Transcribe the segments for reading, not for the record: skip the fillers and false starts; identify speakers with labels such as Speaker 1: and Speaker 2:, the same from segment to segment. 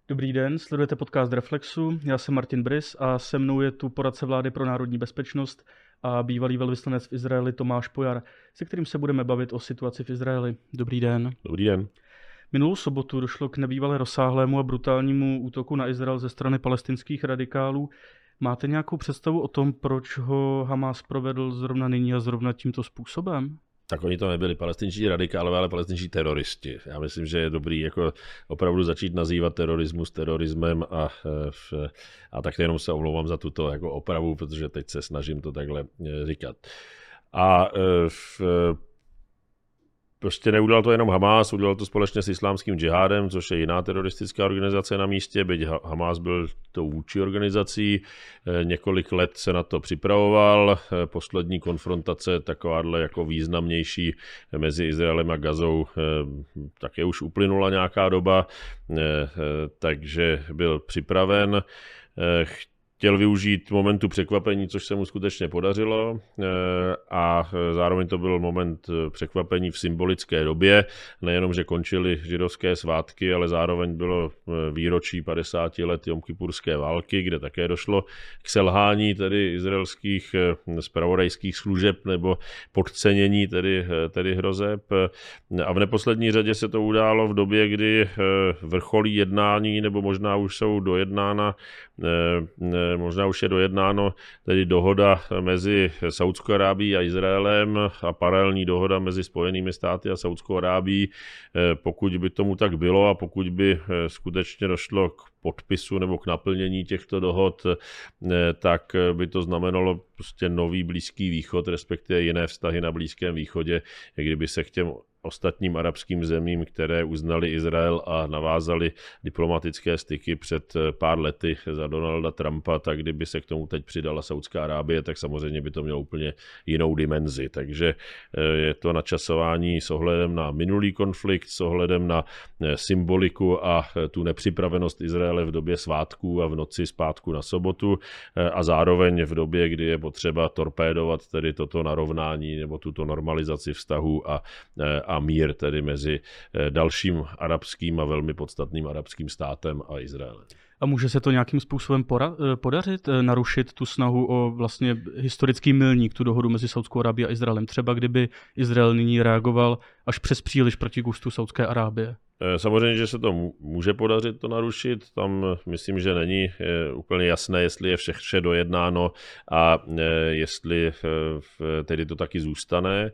Speaker 1: Dobrý den, sledujete podcast Reflexu, já jsem Martin Brys a se mnou je tu poradce vlády pro národní bezpečnost a bývalý velvyslanec v Izraeli Tomáš Pojar, se kterým se budeme bavit o situaci v Izraeli. Dobrý den.
Speaker 2: Dobrý den.
Speaker 1: Minulou sobotu došlo k nebývale rozsáhlému a brutálnímu útoku na Izrael ze strany palestinských radikálů. Máte nějakou představu o tom, proč ho Hamás provedl zrovna nyní a zrovna tímto způsobem?
Speaker 2: Tak oni to nebyli palestinští radikálové, ale palestinští teroristi. Já myslím, že je dobrý jako opravdu začít nazývat terorismus terorismem a tak jenom se omlouvám za tuto jako opravu, protože teď se snažím to takhle říkat. Prostě neudělal to jenom Hamás, udělal to společně s Islámským džihádem, což je jiná teroristická organizace na místě, byť Hamás byl tou vůdčí organizací, několik let se na to připravoval, poslední konfrontace takováhle jako významnější mezi Izraelem a Gazou také už uplynula nějaká doba, takže byl připraven. Chtěl využít momentu překvapení, což se mu skutečně podařilo a zároveň to byl moment překvapení v symbolické době. Nejenom, že končily židovské svátky, ale zároveň bylo výročí 50 let jomkipurské války, kde také došlo k selhání tedy izraelských zpravodajských služeb nebo podcenění tedy hrozeb. A v neposlední řadě se to událo v době, kdy vrcholí jednání, nebo možná už jsou dojednána možná už je dojednáno tedy dohoda mezi Saudskou Arábií a Izraelem a paralelní dohoda mezi Spojenými státy a Saudskou Arábií. Pokud by tomu tak bylo a pokud by skutečně došlo k podpisu nebo k naplnění těchto dohod, tak by to znamenalo prostě nový Blízký východ, respektive jiné vztahy na Blízkém východě, kdyby se k těm ostatním arabským zemím, které uznali Izrael a navázali diplomatické styky před pár lety za Donalda Trumpa, tak kdyby se k tomu teď přidala Saudská Arábie, tak samozřejmě by to mělo úplně jinou dimenzi. Takže je to načasování s ohledem na minulý konflikt, s ohledem na symboliku a tu nepřipravenost Izraele v době svátků a v noci zpátku na sobotu a zároveň v době, kdy je potřeba torpédovat tedy toto narovnání nebo tuto normalizaci vztahů a mír tedy mezi dalším arabským a velmi podstatným arabským státem a Izraelem.
Speaker 1: A může se to nějakým způsobem podařit, narušit tu snahu o vlastně historický milník, tu dohodu mezi Saudskou Arábií a Izraelem? Třeba kdyby Izrael nyní reagoval až přes příliš proti gustu Saudské Arábie.
Speaker 2: Samozřejmě, že se to může podařit to narušit. Tam myslím, že není úplně jasné, jestli je vše dojednáno a jestli tedy to taky zůstane.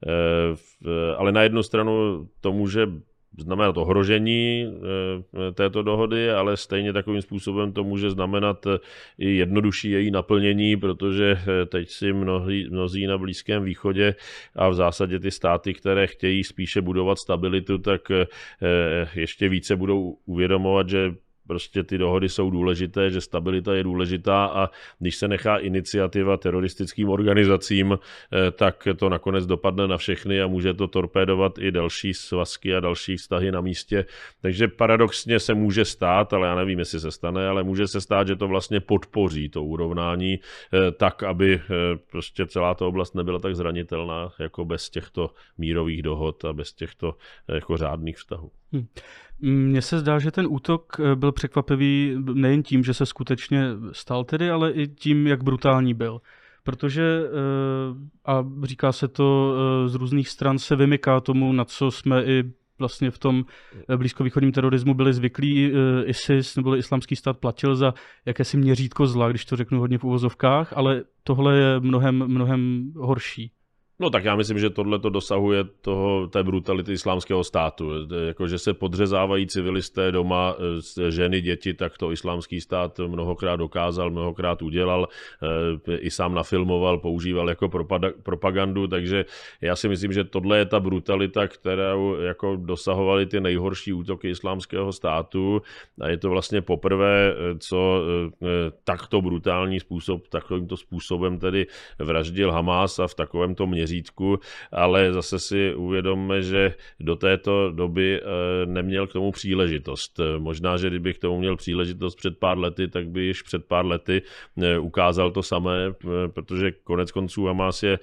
Speaker 2: Ale na jednu stranu to může znamenat ohrožení této dohody, ale stejně takovým způsobem to může znamenat i jednodušší její naplnění, protože teď si mnozí na Blízkém východě a v zásadě ty státy, které chtějí spíše budovat stabilitu, tak ještě více budou uvědomovat, že prostě ty dohody jsou důležité, že stabilita je důležitá a když se nechá iniciativa teroristickým organizacím, tak to nakonec dopadne na všechny a může to torpédovat i další svazky a další vztahy na místě. Takže paradoxně se může stát, ale já nevím, jestli se stane, ale může se stát, že to vlastně podpoří to urovnání tak, aby prostě celá ta oblast nebyla tak zranitelná jako bez těchto mírových dohod a bez těchto jako řádných vztahů.
Speaker 1: Mně se zdá, že ten útok byl překvapivý nejen tím, že se skutečně stal tedy, ale i tím, jak brutální byl. Protože, a říká se to z různých stran, se vymyká tomu, na co jsme i vlastně v tom blízkovýchodním terorismu byli zvyklí. ISIS nebo Islámský stát platil za jakési měřítko zla, když to řeknu hodně v uvozovkách, ale tohle je mnohem horší.
Speaker 2: No tak já myslím, že tohle to dosahuje té brutality Islámského státu. Jakože se podřezávají civilisté doma, ženy, děti, tak to Islámský stát mnohokrát dokázal, mnohokrát udělal, i sám nafilmoval, používal jako propagandu, takže já si myslím, že tohle je ta brutalita, kterou jako dosahovaly ty nejhorší útoky Islámského státu a je to vlastně poprvé, co takto brutální způsob, takovýmto způsobem tedy vraždil Hamás a v takovémto měřítku měřítku, ale zase si uvědomme, že do této doby neměl k tomu příležitost. Možná, že kdyby k tomu měl příležitost před pár lety, tak by již před pár lety ukázal to samé, protože konec konců Hamás je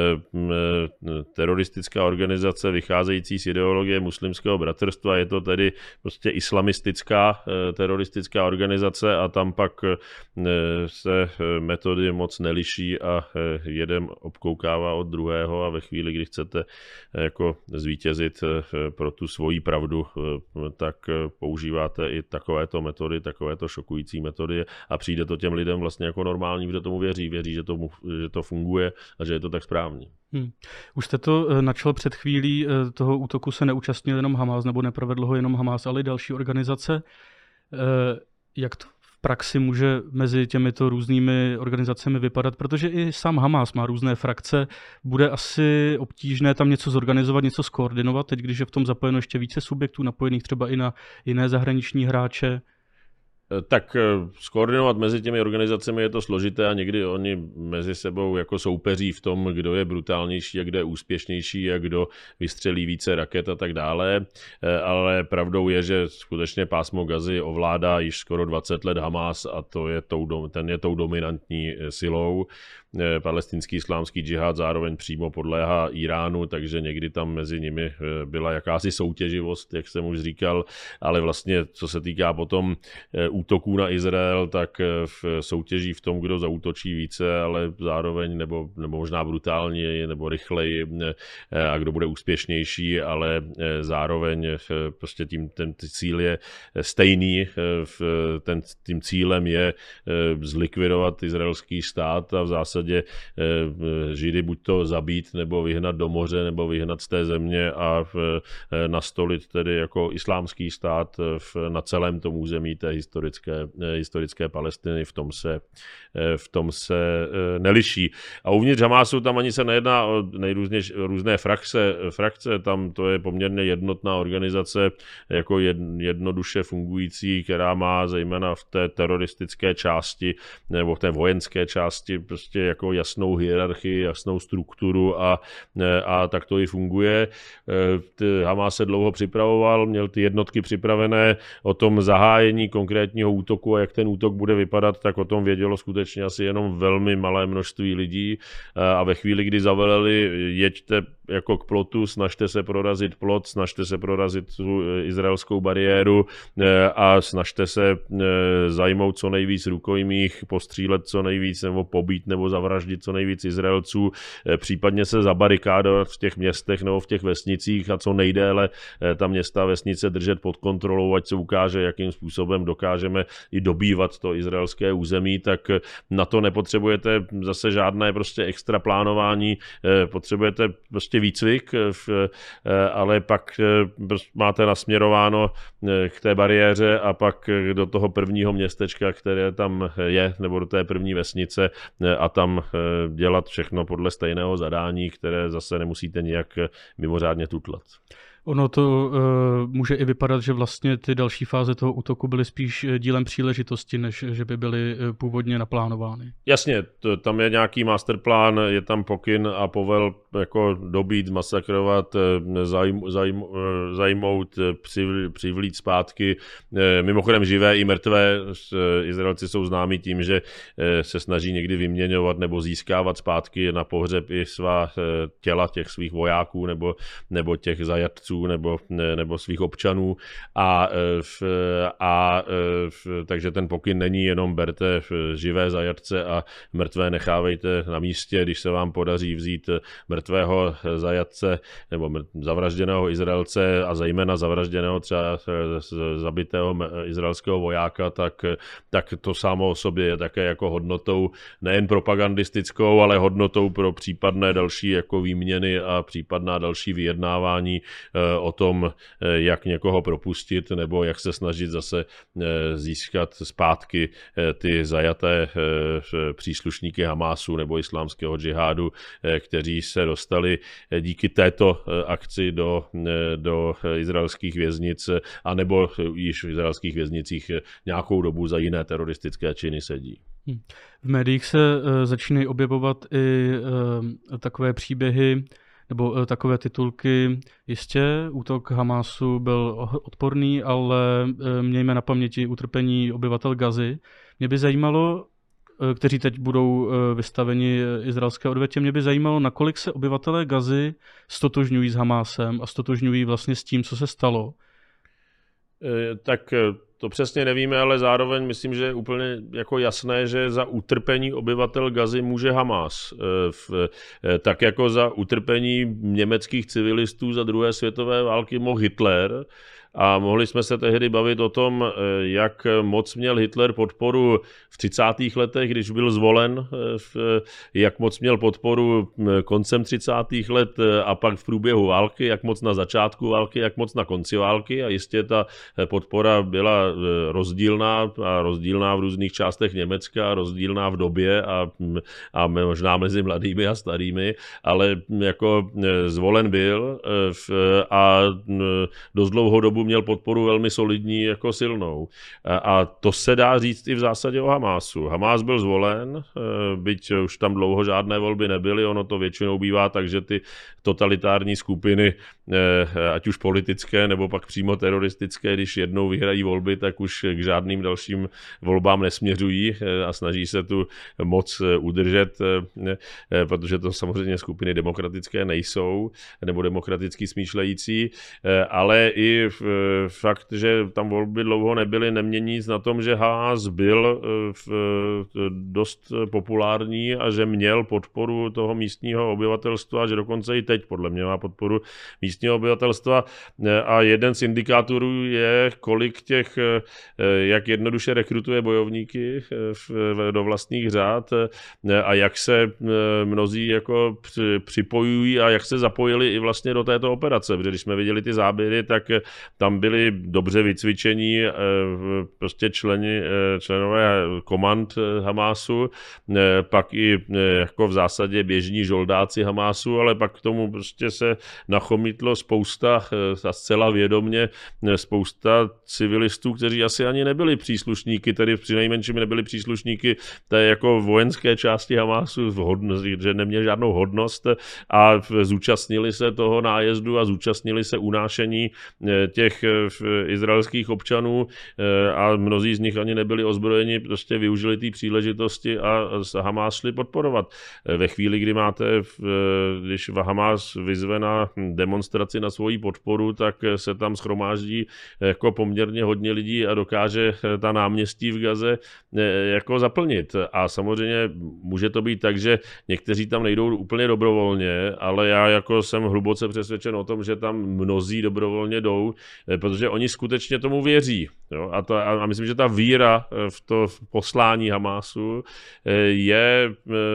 Speaker 2: teroristická organizace vycházející z ideologie muslimského bratrstva, je to tedy prostě islamistická teroristická organizace a tam pak se metody moc neliší a jeden obkoukává od druhého a ve chvíli, kdy chcete jako zvítězit pro tu svoji pravdu, tak používáte i takovéto metody, takovéto šokující metody a přijde to těm lidem vlastně jako normální, že tomu věří, že to funguje a že je to tak správně.
Speaker 1: Už jste to načal před chvílí, toho útoku se neúčastnil jenom Hamás, nebo neprovedl ho jenom Hamás, ale i další organizace. Jak to v praxi může mezi těmito různými organizacemi vypadat? Protože i sám Hamás má různé frakce. Bude asi obtížné tam něco zorganizovat, něco skoordinovat, teď když je v tom zapojeno ještě více subjektů, napojených třeba i na jiné zahraniční hráče.
Speaker 2: Tak skoordinovat mezi těmi organizacemi je to složité a někdy oni mezi sebou jako soupeří v tom, kdo je brutálnější a kdo je úspěšnější a kdo vystřelí více raket a tak dále. Ale pravdou je, že skutečně pásmo Gazy ovládá již skoro 20 let Hamás a ten je tou dominantní silou. Palestinský islámský džihad zároveň přímo podléhá Iránu, takže někdy tam mezi nimi byla jakási soutěživost, jak jsem už říkal, ale vlastně co se týká potom útoků na Izrael, tak v soutěží v tom, kdo zaútočí více, ale zároveň nebo možná brutálněji nebo rychleji a kdo bude úspěšnější, ale zároveň prostě ten cíl je stejný. Tím cílem je zlikvidovat izraelský stát a v zásadě Židy buď to zabít, nebo vyhnat do moře, nebo vyhnat z té země a nastolit tedy jako islámský stát na celém tom území té historické Palestiny. V tom se neliší. A uvnitř Hamásu tam ani se nejedná o různé frakce, tam to je poměrně jednotná organizace, jako jednoduše fungující, která má zejména v té teroristické části nebo v té vojenské části prostě jako jasnou hierarchii, jasnou strukturu a tak to i funguje. Hamás se dlouho připravoval, měl ty jednotky připravené o tom zahájení konkrétního útoku a jak ten útok bude vypadat, tak o tom vědělo skutečně asi jenom velmi malé množství lidí a ve chvíli, kdy zaveleli, jeďte jako k plotu, snažte se prorazit plot, snažte se prorazit tu izraelskou bariéru a snažte se zajmout co nejvíc rukojmích, postřílet co nejvíc nebo pobít nebo zavraždit co nejvíc Izraelců, případně se zabarikádovat v těch městech nebo v těch vesnicích a co nejdéle ta města a vesnice držet pod kontrolou, ať se ukáže, jakým způsobem dokážeme i dobývat to izraelské území, tak na to nepotřebujete zase žádné prostě extra plánování, potřebujete prostě výcvik, ale pak máte nasměrováno k té bariéře a pak do toho prvního městečka, které tam je, nebo do té první vesnice a tam dělat všechno podle stejného zadání, které zase nemusíte nijak mimořádně tutlat.
Speaker 1: Ono to může i vypadat, že vlastně ty další fáze toho útoku byly spíš dílem příležitosti, než že by byly původně naplánovány.
Speaker 2: Jasně, tam je nějaký masterplán, je tam pokyn a povel jako dobít, masakrovat, zajmout, přivlít zpátky. Mimochodem živé i mrtvé. Izraelci jsou známí tím, že se snaží někdy vyměňovat nebo získávat zpátky na pohřeb i svá těla těch svých vojáků nebo těch zajatců nebo svých občanů takže ten pokyn není jenom berte živé zajatce a mrtvé nechávejte na místě, když se vám podaří vzít mrtvého zajatce nebo zavražděného Izraelce a zejména zavražděného třeba zabitého izraelského vojáka, tak to samo o sobě je také jako hodnotou nejen propagandistickou, ale hodnotou pro případné další jako výměny a případná další vyjednávání o tom, jak někoho propustit nebo jak se snažit zase získat zpátky ty zajaté příslušníky Hamásu nebo islámského džihádu, kteří se dostali díky této akci do izraelských věznic anebo již v izraelských věznicích nějakou dobu za jiné teroristické činy sedí.
Speaker 1: V médiích se začínají objevovat i takové příběhy nebo takové titulky. Jistě, útok Hamásu byl odporný, ale mějme na paměti utrpení obyvatel Gazy. Mě by zajímalo, kteří teď budou vystaveni izraelské odvetě, mě by zajímalo, nakolik se obyvatelé Gazy stotožňují s Hamásem a stotožňují vlastně s tím, co se stalo.
Speaker 2: Tak to přesně nevíme, ale zároveň myslím, že je úplně jako jasné, že za utrpení obyvatel Gazy může Hamás. Tak jako za utrpení německých civilistů za druhé světové války mohl Hitler. A mohli jsme se tehdy bavit o tom, jak moc měl Hitler podporu v 30. letech, když byl zvolen, jak moc měl podporu koncem 30. let a pak v průběhu války, jak moc na začátku války, jak moc na konci války. A jistě ta podpora byla rozdílná v různých částech Německa, rozdílná v době a možná mezi mladými a starými, ale jako zvolen byl a dost dlouhou dobu měl podporu velmi solidní, jako silnou. A to se dá říct i v zásadě o Hamásu. Hamás byl zvolen, byť už tam dlouho žádné volby nebyly, ono to většinou bývá tak, že ty totalitární skupiny, ať už politické nebo pak přímo teroristické, když jednou vyhrají volby, tak už k žádným dalším volbám nesměřují a snaží se tu moc udržet, protože to samozřejmě skupiny demokratické nejsou, nebo demokraticky smýšlející, ale i fakt, že tam volby dlouho nebyly, nemění nic na tom, že Hamás byl dost populární a že měl podporu toho místního obyvatelstva, že dokonce i teď podle mě má podporu místního obyvatelstva. A jeden z indikátorů je, kolik těch, jak jednoduše rekrutuje bojovníky do vlastních řád a jak se mnozí jako připojují a jak se zapojili i vlastně do této operace. Protože když jsme viděli ty záběry, tak tam byli dobře vycvičení prostě členové komand Hamásu, pak i jako v zásadě běžní žoldáci Hamásu, ale pak k tomu prostě se nachomítlo spousta a zcela vědomně spousta civilistů, kteří asi ani nebyli příslušníky, tedy přinejmenším nebyli příslušníky té jako vojenské části Hamásu, že neměli žádnou hodnost a zúčastnili se toho nájezdu a zúčastnili se unášení těch izraelských občanů a mnozí z nich ani nebyli ozbrojeni, prostě využili té příležitosti a Hamás šli podporovat. Ve chvíli, kdy když Hamás vyzve na demonstraci na svoji podporu, tak se tam shromáždí jako poměrně hodně lidí a dokáže ta náměstí v Gaze jako zaplnit. A samozřejmě může to být tak, že někteří tam nejdou úplně dobrovolně, ale já jako jsem hluboce přesvědčen o tom, že tam mnozí dobrovolně jdou, protože oni skutečně tomu věří. Jo? A myslím, že ta víra v to poslání Hamásu je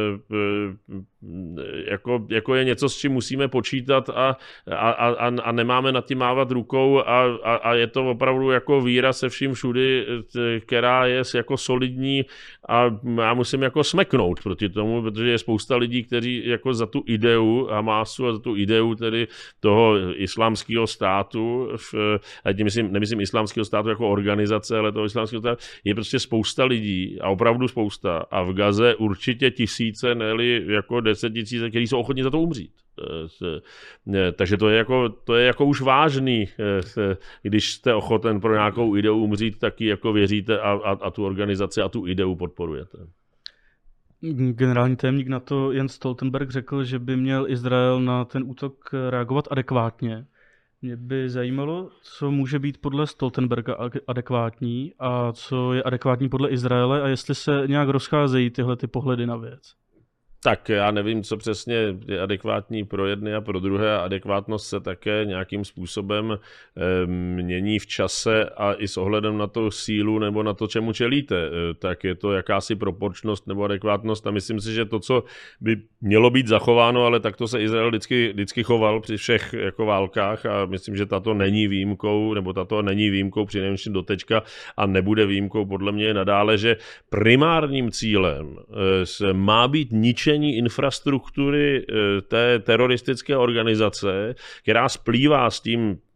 Speaker 2: jako je něco, s čím musíme počítat a nemáme nad tím mávat rukou a je to opravdu jako víra se vším všudy, která je jako solidní a já musím jako smeknout proti tomu, protože je spousta lidí, kteří jako za tu ideu Hamásu a za tu ideu tedy toho islámského státu, a tím nemyslím islámského státu jako organizace, ale toho islámského státu, je prostě spousta lidí a opravdu spousta a v Gaze určitě tisíce, ne-li jako 10 000, kteří jsou ochotní za to umřít. Takže to je jako už vážný, když jste ochoten pro nějakou ideu umřít, tak ji jako věříte a tu organizaci a tu ideu podporujete.
Speaker 1: Generální tajemník NATO Jens Stoltenberg řekl, že by měl Izrael na ten útok reagovat adekvátně. Mě by zajímalo, co může být podle Stoltenberga adekvátní a co je adekvátní podle Izraele a jestli se nějak rozcházejí tyhle ty pohledy na věc.
Speaker 2: Tak já nevím, co přesně je adekvátní pro jedny a pro druhé. Adekvátnost se také nějakým způsobem mění v čase a i s ohledem na tu sílu nebo na to, čemu čelíte. Tak je to jakási proporčnost nebo adekvátnost a myslím si, že to, co by mělo být zachováno, ale tak to se Izrael vždycky choval při všech jako válkách a myslím, že tato není výjimkou přinejmenším doteďka a nebude výjimkou podle mě nadále, že primárním cílem má být ničení infrastruktury té teroristické organizace, která splývá s tím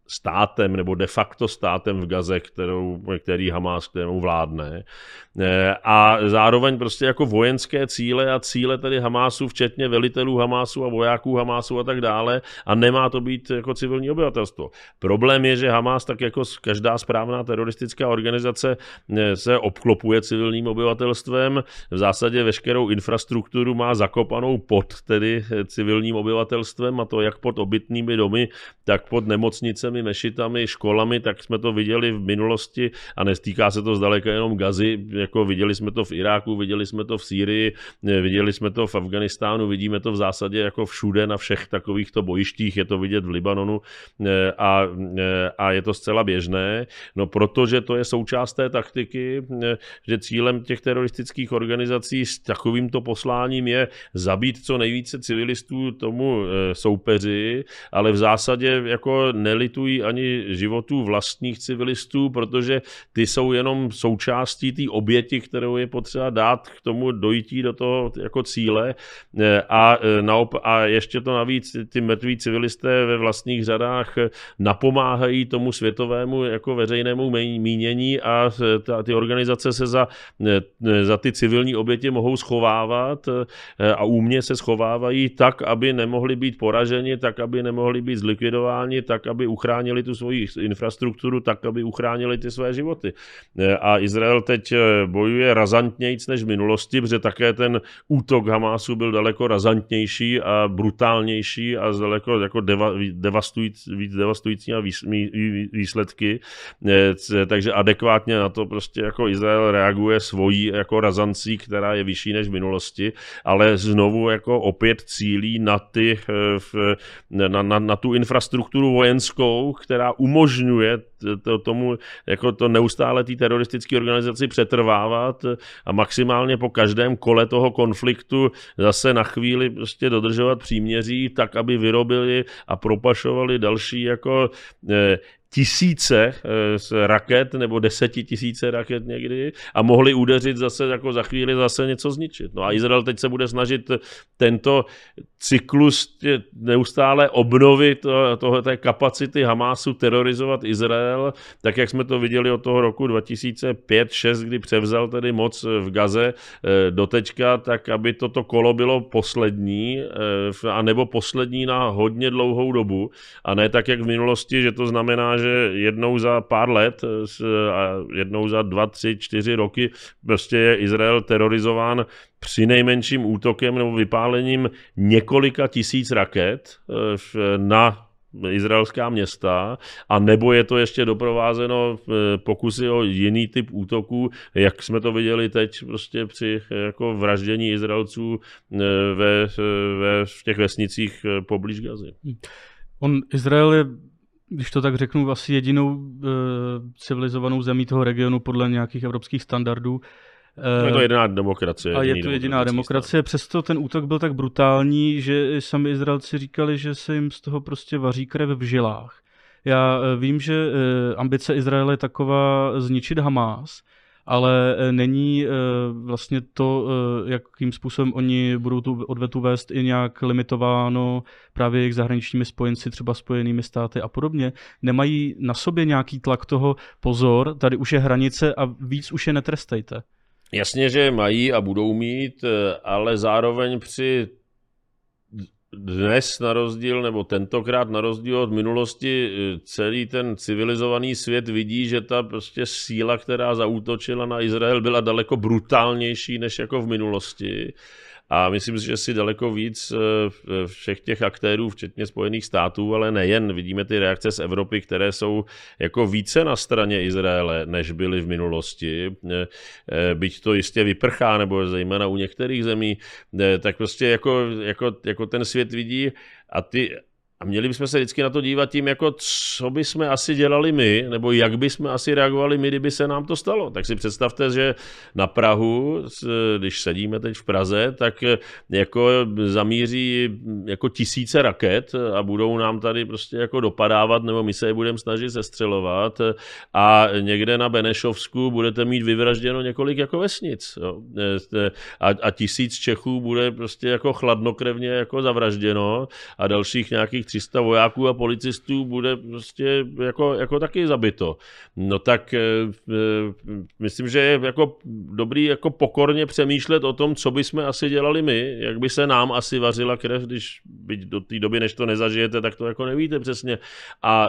Speaker 2: státem nebo de facto státem v Gaze, který Hamás, kterou vládne. A zároveň prostě jako vojenské cíle a cíle tedy Hamásu, včetně velitelů Hamásu a vojáků Hamásu a tak dále, a nemá to být jako civilní obyvatelstvo. Problém je, že Hamás, tak jako každá správná teroristická organizace, se obklopuje civilním obyvatelstvem, v zásadě veškerou infrastrukturu má zakopanou pod tedy civilním obyvatelstvem, a to jak pod obytnými domy, tak pod nemocnicemi, mešitami, školami, tak jsme to viděli v minulosti a netýká se to zdaleka jenom Gazy, jako viděli jsme to v Iráku, viděli jsme to v Sýrii, viděli jsme to v Afghánistánu, vidíme to v zásadě jako všude na všech takovýchto bojištích, je to vidět v Libanonu a je to zcela běžné, no protože to je součást té taktiky, že cílem těch teroristických organizací s takovýmto posláním je zabít co nejvíce civilistů tomu soupeři, ale v zásadě jako nelitují ani životů vlastních civilistů, protože ty jsou jenom součástí té oběti, kterou je potřeba dát k tomu dojití do toho jako cíle, a ještě to navíc ty mrtví civilisté ve vlastních řadách napomáhají tomu světovému jako veřejnému mínění a ty organizace se za ty civilní oběti mohou schovávat a úmně se schovávají tak, aby nemohli být poraženi, tak, aby nemohli být zlikvidováni, tak, aby uchránili tu svoji infrastrukturu, tak, aby uchránili ty své životy. A Izrael teď bojuje razantnějc než v minulosti, protože také ten útok Hamásu byl daleko razantnější a brutálnější a daleko jako devastující a výsledky. Takže adekvátně na to prostě jako Izrael reaguje svojí jako razancí, která je vyšší než v minulosti, ale znovu jako opět cílí na tu infrastrukturu vojenskou, která umožňuje tomu jako to neustále té teroristické organizaci přetrvávat a maximálně po každém kole toho konfliktu zase na chvíli prostě dodržovat příměří tak, aby vyrobili a propašovali další jako tisíce raket nebo 10 000 raket někdy a mohli udeřit zase jako za chvíli zase něco zničit. No a Izrael teď se bude snažit tento cyklus neustále obnovy té kapacity Hamásu terorizovat Izrael, tak jak jsme to viděli od toho roku 2005-2006, kdy převzal tedy moc v Gaze doteďka, tak aby toto kolo bylo poslední, a nebo poslední na hodně dlouhou dobu a ne tak, jak v minulosti, že to znamená, že jednou za pár let a jednou za 2, 3, 4 roky prostě je Izrael terorizován přinejmenším útokem nebo vypálením několika tisíc raket na izraelská města, a nebo je to ještě doprovázeno pokusy o jiný typ útoků, jak jsme to viděli teď prostě při jako vraždění Izraelců v těch vesnicích poblíž Gazy.
Speaker 1: Izrael je, když to tak řeknu, asi jedinou civilizovanou zemí toho regionu podle nějakých evropských standardů.
Speaker 2: Je to jediná demokracie.
Speaker 1: A je to jediná demokracie, přesto ten útok byl tak brutální, že sami Izraelci říkali, že se jim z toho prostě vaří krev v žilách. Já vím, že ambice Izraele je taková zničit Hamás, ale není vlastně to, jakým způsobem oni budou tu odvetu vést, i nějak limitováno právě jejich zahraničními spojenci, třeba Spojenými státy a podobně. Nemají na sobě nějaký tlak toho, pozor, tady už je hranice a víc už je netrestejte.
Speaker 2: Jasně, že mají a budou mít, ale zároveň dnes na rozdíl, nebo tentokrát na rozdíl od minulosti, celý ten civilizovaný svět vidí, že ta prostě síla, která zaútočila na Izrael, byla daleko brutálnější než jako v minulosti. A myslím si, že si daleko víc všech těch aktérů, včetně Spojených států, ale nejen, vidíme ty reakce z Evropy, které jsou jako více na straně Izraele, než byly v minulosti. Byť to jistě vyprchá, nebo zejména u některých zemí, tak prostě jako ten svět vidí a měli bychom se vždycky na to dívat tím, jako co bychom asi dělali my, nebo jak bychom asi reagovali my, kdyby se nám to stalo. Tak si představte, že na Prahu, když sedíme teď v Praze, tak jako zamíří jako tisíce raket a budou nám tady prostě jako dopadávat, nebo my se je budeme snažit sestřelovat a někde na Benešovsku budete mít vyvražděno několik jako vesnic. Jo. A 1000 Čechů bude prostě jako chladnokrevně jako zavražděno a dalších nějakých dalších 300 vojáků a policistů bude prostě jako taky zabito. No tak myslím, že je jako dobrý jako pokorně přemýšlet o tom, co bychom asi dělali my, jak by se nám asi vařila krev, když byť do té doby, než to nezažijete, tak to jako nevíte přesně. A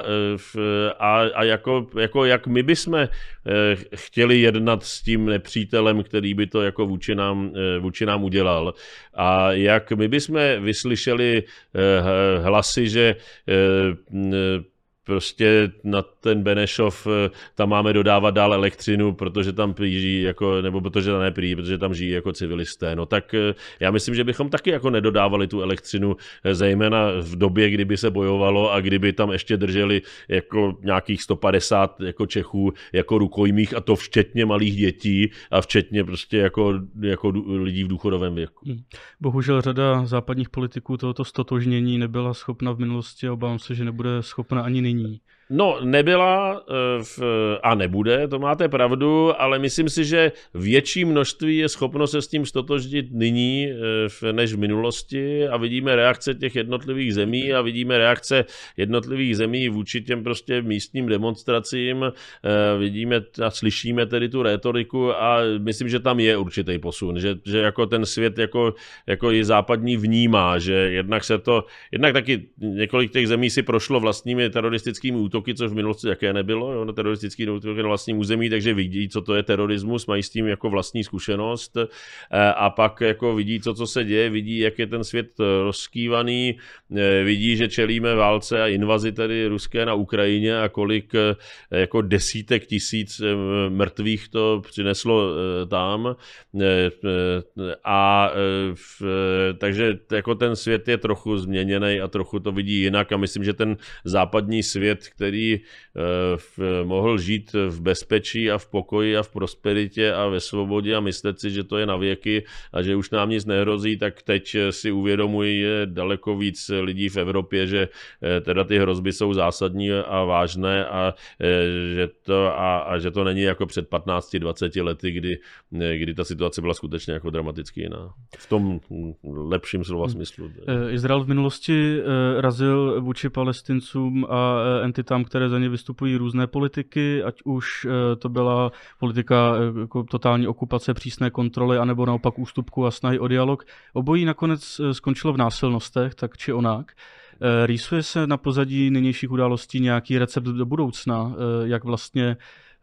Speaker 2: jak my bychom chtěli jednat s tím nepřítelem, který by to jako vůči nám udělal. A jak my bychom vyslyšeli hlasy, že prostě na ten Benešov tam máme dodávat dál elektřinu, protože tam žijí, nebo protože tam žijí jako civilisté. No tak já myslím, že bychom taky jako nedodávali tu elektřinu, zejména v době, kdyby se bojovalo a kdyby tam ještě drželi jako nějakých 150 jako Čechů jako rukojmích, a to včetně malých dětí a včetně prostě jako lidí v důchodovém věku.
Speaker 1: Bohužel řada západních politiků tohoto stotožnění nebyla schopna v minulosti a obávám se, že nebude schopna ani nyní.
Speaker 2: No, nebyla a nebude, to máte pravdu, ale myslím si, že větší množství je schopno se s tím stotožnit nyní než v minulosti a vidíme reakce těch jednotlivých zemí a vidíme reakce jednotlivých zemí vůči těm prostě místním demonstracím, vidíme a slyšíme tedy tu rétoriku a myslím, že tam je určitý posun, že jako ten svět jako i západní vnímá, že jednak taky několik těch zemí si prošlo vlastními teroristickými útoky, což v minulosti jaké nebylo, na teroristický útoky na vlastním území, takže vidí, co to je terorismus, mají s tím jako vlastní zkušenost a pak jako vidí, co se děje, vidí, jak je ten svět rozkývaný, vidí, že čelíme válce a invazi tedy ruské na Ukrajině a kolik jako desítek tisíc mrtvých to přineslo tam a takže jako ten svět je trochu změněný a trochu to vidí jinak a myslím, že ten západní svět, který mohl žít v bezpečí a v pokoji a v prosperitě a ve svobodě a myslet si, že to je na věky a že už nám nic nehrozí, tak teď si uvědomují daleko víc lidí v Evropě, že teda ty hrozby jsou zásadní a vážné a že to není jako před 15-20 lety, kdy ta situace byla skutečně jako dramaticky jiná. V tom lepším slova smyslu.
Speaker 1: Izrael v minulosti razil vůči Palestincům a entitám, které za ně vystupují, různé politiky, ať už to byla politika jako totální okupace, přísné kontroly, anebo naopak ústupku a snahy o dialog. Obojí nakonec skončilo v násilnostech, tak či onak. Rýsuje se na pozadí nynějších událostí nějaký recept do budoucna, jak vlastně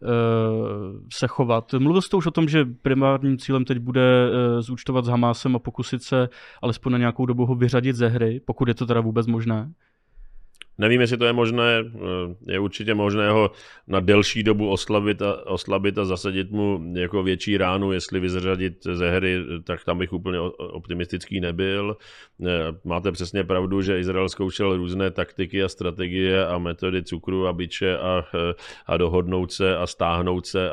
Speaker 1: se chovat. Mluvil jste už o tom, že primárním cílem teď bude zúčtovat s Hamásem a pokusit se alespoň na nějakou dobu ho vyřadit ze hry, pokud je to teda vůbec možné?
Speaker 2: Nevím, jestli to je možné, je určitě možné ho na delší dobu oslabit a zasadit mu jako větší ránu, jestli vyřadit ze hry, tak tam bych úplně optimistický nebyl. Máte přesně pravdu, že Izrael zkoušel různé taktiky a strategie a metody cukru a biče a dohodnout se a stáhnout se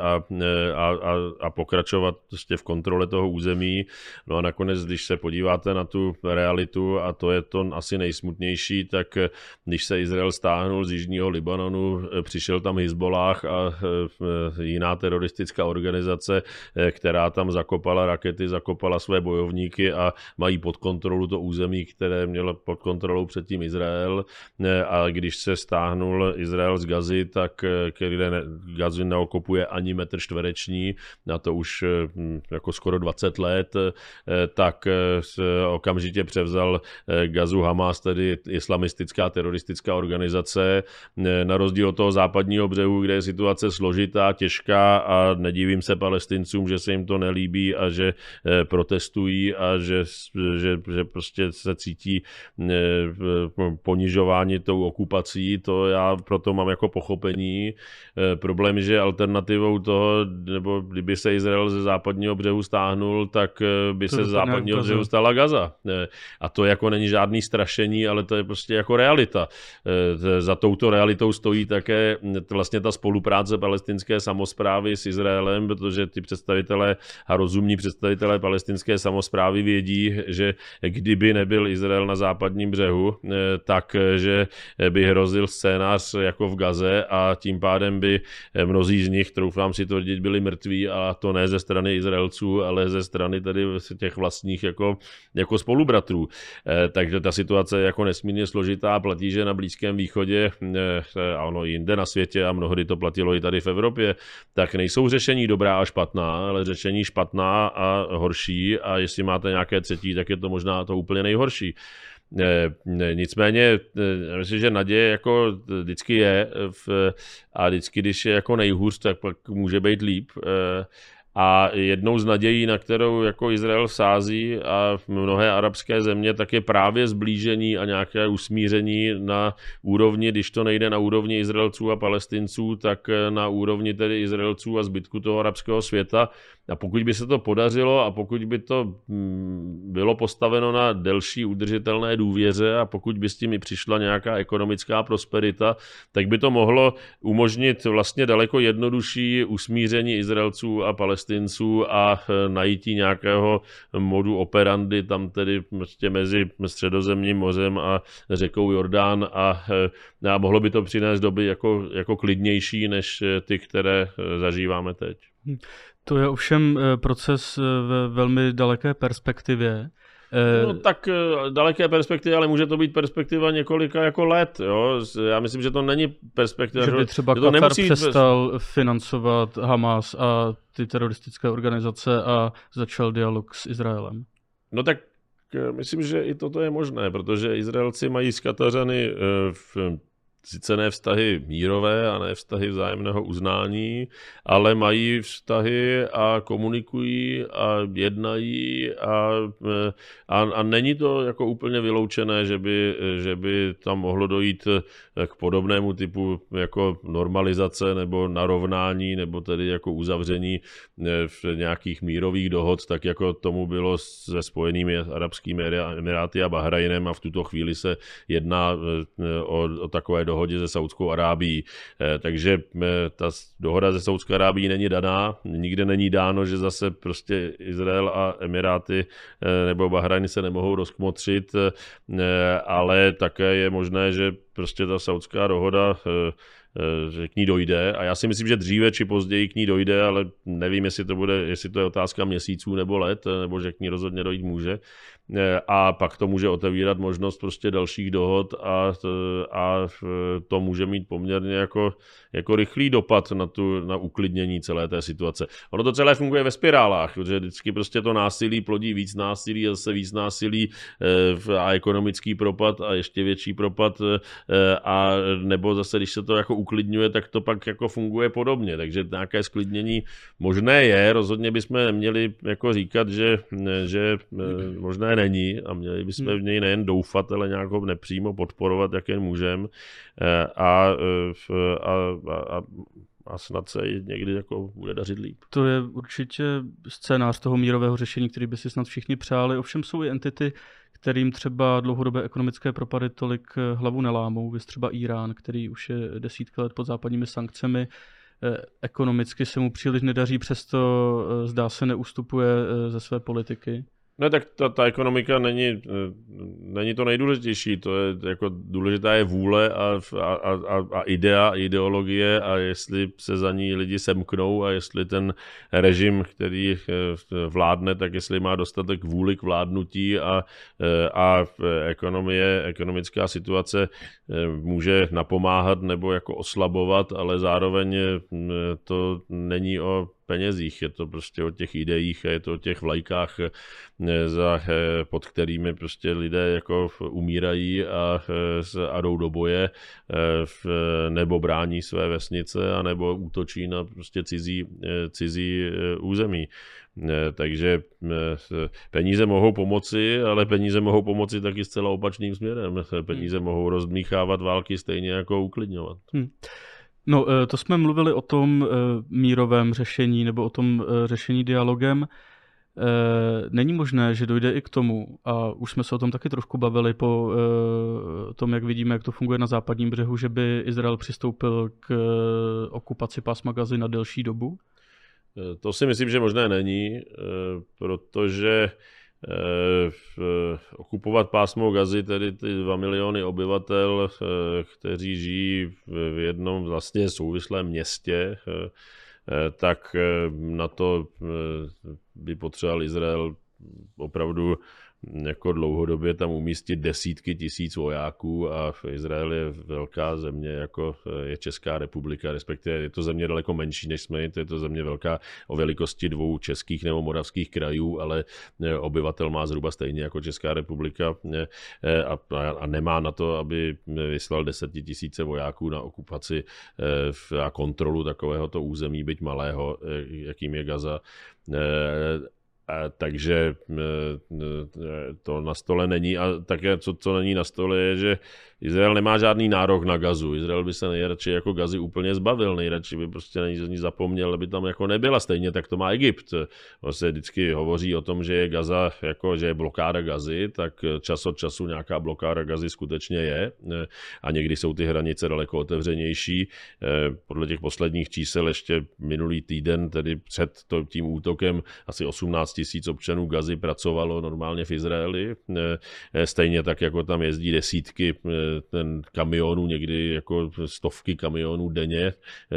Speaker 2: a pokračovat prostě v kontrole toho území. No a nakonec, když se podíváte na tu realitu, a to je to asi nejsmutnější, tak když se Izrael stáhnul z jižního Libanonu, přišel tam Hizbollah a jiná teroristická organizace, která tam zakopala rakety, zakopala své bojovníky a mají pod kontrolu to území, které mělo pod kontrolou předtím Izrael. A když se stáhnul Izrael z Gazy, tak Gazu neokupuje ani metr čtvereční, na to už jako skoro 20 let, tak okamžitě převzal Gazu Hamas, tedy islamistická teroristická organizace, na rozdíl od toho západního břehu, kde je situace složitá, těžká a nedivím se Palestincům, že se jim to nelíbí a že protestují a že prostě se cítí ponižováni tou okupací, to já proto mám jako pochopení. Problém je, že alternativou toho, nebo kdyby se Izrael ze západního břehu stáhnul, tak by se ze západního břehu stala Gaza. A to jako není žádný strašení, ale to je prostě jako realita. za touto realitou stojí také vlastně ta spolupráce palestinské samosprávy s Izraelem, protože ty představitelé a rozumní představitelé palestinské samosprávy vědí, že kdyby nebyl Izrael na západním břehu, takže by hrozil scénář jako v Gaze a tím pádem by mnozí z nich, troufám si tvrdit, byli mrtví, a to ne ze strany Izraelců, ale ze strany tedy těch vlastních jako spolubratrů. Takže ta situace je jako nesmírně složitá, platí, že na Blízkém východě a ono jinde na světě, a mnohdy to platilo i tady v Evropě, tak nejsou řešení dobrá a špatná, ale řešení špatná a horší, a jestli máte nějaké třetí, tak je to možná to úplně nejhorší. Nicméně myslím, že naděje jako vždycky je a vždycky, když je jako nejhůř, tak pak může být líp. A jednou z nadějí, na kterou jako Izrael sází a mnohé arabské země, tak je právě zblížení a nějaké usmíření na úrovni, když to nejde na úrovni Izraelců a Palestinců, tak na úrovni tedy Izraelců a zbytku toho arabského světa. A pokud by se to podařilo a pokud by to bylo postaveno na delší udržitelné důvěře a pokud by s tím i přišla nějaká ekonomická prosperita, tak by to mohlo umožnit vlastně daleko jednodušší usmíření Izraelců a Palestinců a najítí nějakého modu operandi tam tedy prostě mezi Středozemním mořem a řekou Jordán a mohlo by to přinést doby jako klidnější než ty, které zažíváme teď.
Speaker 1: To je ovšem proces ve velmi daleké perspektivě.
Speaker 2: No tak daleké perspektivy, ale může to být perspektiva několika jako let. Jo? Já myslím, že to není perspektiva.
Speaker 1: Že by třeba Katar přestal financovat Hamas a ty teroristické organizace a začal dialog s Izraelem.
Speaker 2: No tak myslím, že i toto je možné, protože Izraelci mají s Katařany sice ne vztahy mírové a ne vztahy vzájemného uznání, ale mají vztahy a komunikují a jednají a není to jako úplně vyloučené, že by tam mohlo dojít k podobnému typu jako normalizace nebo narovnání nebo tedy jako uzavření v nějakých mírových dohod, tak jako tomu bylo se Spojenými arabskými emiráty a Bahrajnem, a v tuto chvíli se jedná o takové dohodě se Saudskou Arábií. Takže ta dohoda se Saudskou Arábií není daná, nikde není dáno, že zase prostě Izrael a Emiráty nebo Bahrajn se nemohou rozkmotřit, ale také je možné, že prostě ta saudská dohoda, že k ní dojde, a já si myslím, že dříve či později k ní dojde, ale nevím, jestli to je otázka měsíců nebo let, nebo že k ní rozhodně dojít může. A pak to může otevírat možnost prostě dalších dohod a to může mít poměrně jako rychlý dopad na uklidnění celé té situace. Ono to celé funguje ve spirálách, protože vždycky prostě to násilí plodí víc násilí a zase víc násilí a ekonomický propad a ještě větší propad, a nebo zase, když se to jako uklidňuje, tak to pak jako funguje podobně. Takže nějaké sklidnění možné je, rozhodně bychom neměli jako říkat, že možné není, a měli bychom v něj nejen doufat, ale nějak ho nepřímo podporovat, jak jen můžeme, a snad se někdy jako bude dařit líp.
Speaker 1: To je určitě scénář toho mírového řešení, který by si snad všichni přáli. Ovšem jsou i entity, kterým třeba dlouhodobé ekonomické propady tolik hlavu nelámou, viz třeba Irán, který už je desítky let pod západními sankcemi. Ekonomicky se mu příliš nedaří, přesto zdá se neustupuje ze své politiky.
Speaker 2: Ne, tak ta ekonomika není to nejdůležitější, to je jako důležitá je vůle a idea, ideologie, a jestli se za ní lidi semknou a jestli ten režim, který vládne, tak jestli má dostatek vůli k vládnutí a ekonomická situace může napomáhat nebo jako oslabovat, ale zároveň to není o penězích, je to prostě o těch ideích a je to o těch vlajkách, pod kterými prostě lidé jako umírají a jdou do boje, nebo brání své vesnice, a nebo útočí na prostě cizí území. Takže peníze mohou pomoci, ale peníze mohou pomoci taky zcela opačným směrem. Peníze mohou rozdmíchávat války stejně jako uklidňovat.
Speaker 1: No, to jsme mluvili o tom mírovém řešení nebo o tom řešení dialogem. Není možné, že dojde i k tomu, a už jsme se o tom taky trošku bavili po tom, jak vidíme, jak to funguje na západním břehu, že by Izrael přistoupil k okupaci pásma Gazy na delší dobu?
Speaker 2: To si myslím, že možné není, protože okupovat pásmo Gazy, tedy ty 2 miliony obyvatel, kteří žijí v jednom vlastně souvislém městě, tak na to by potřeboval Izrael opravdu jako dlouhodobě tam umístit desítky tisíc vojáků a Izrael je velká země, jako je Česká republika, respektive je to země daleko menší než jsme, je to země velká o velikosti 2 českých nebo moravských krajů, ale obyvatel má zhruba stejně jako Česká republika a nemá na to, aby vyslal 10 000 vojáků na okupaci a kontrolu takovéhoto území, byť malého, jakým je Gaza. Takže to na stole není. A také, co není na stole, je, že Izrael nemá žádný nárok na Gazu. Izrael by se nejradši jako Gazy úplně zbavil. Nejradši by prostě na ní zapomněl, aby tam jako nebyla. Stejně tak to má Egypt. On se vždycky hovoří o tom, že je Gaza, jako, že je blokáda Gazy, tak čas od času nějaká blokáda Gazy skutečně je. A někdy jsou ty hranice daleko otevřenější. Podle těch posledních čísel ještě minulý týden, tedy před tím útokem, asi 18 000 občanů Gazy pracovalo normálně v Izraeli. Stejně tak, jako tam jezdí desítky kamionů, někdy jako stovky kamionů denně.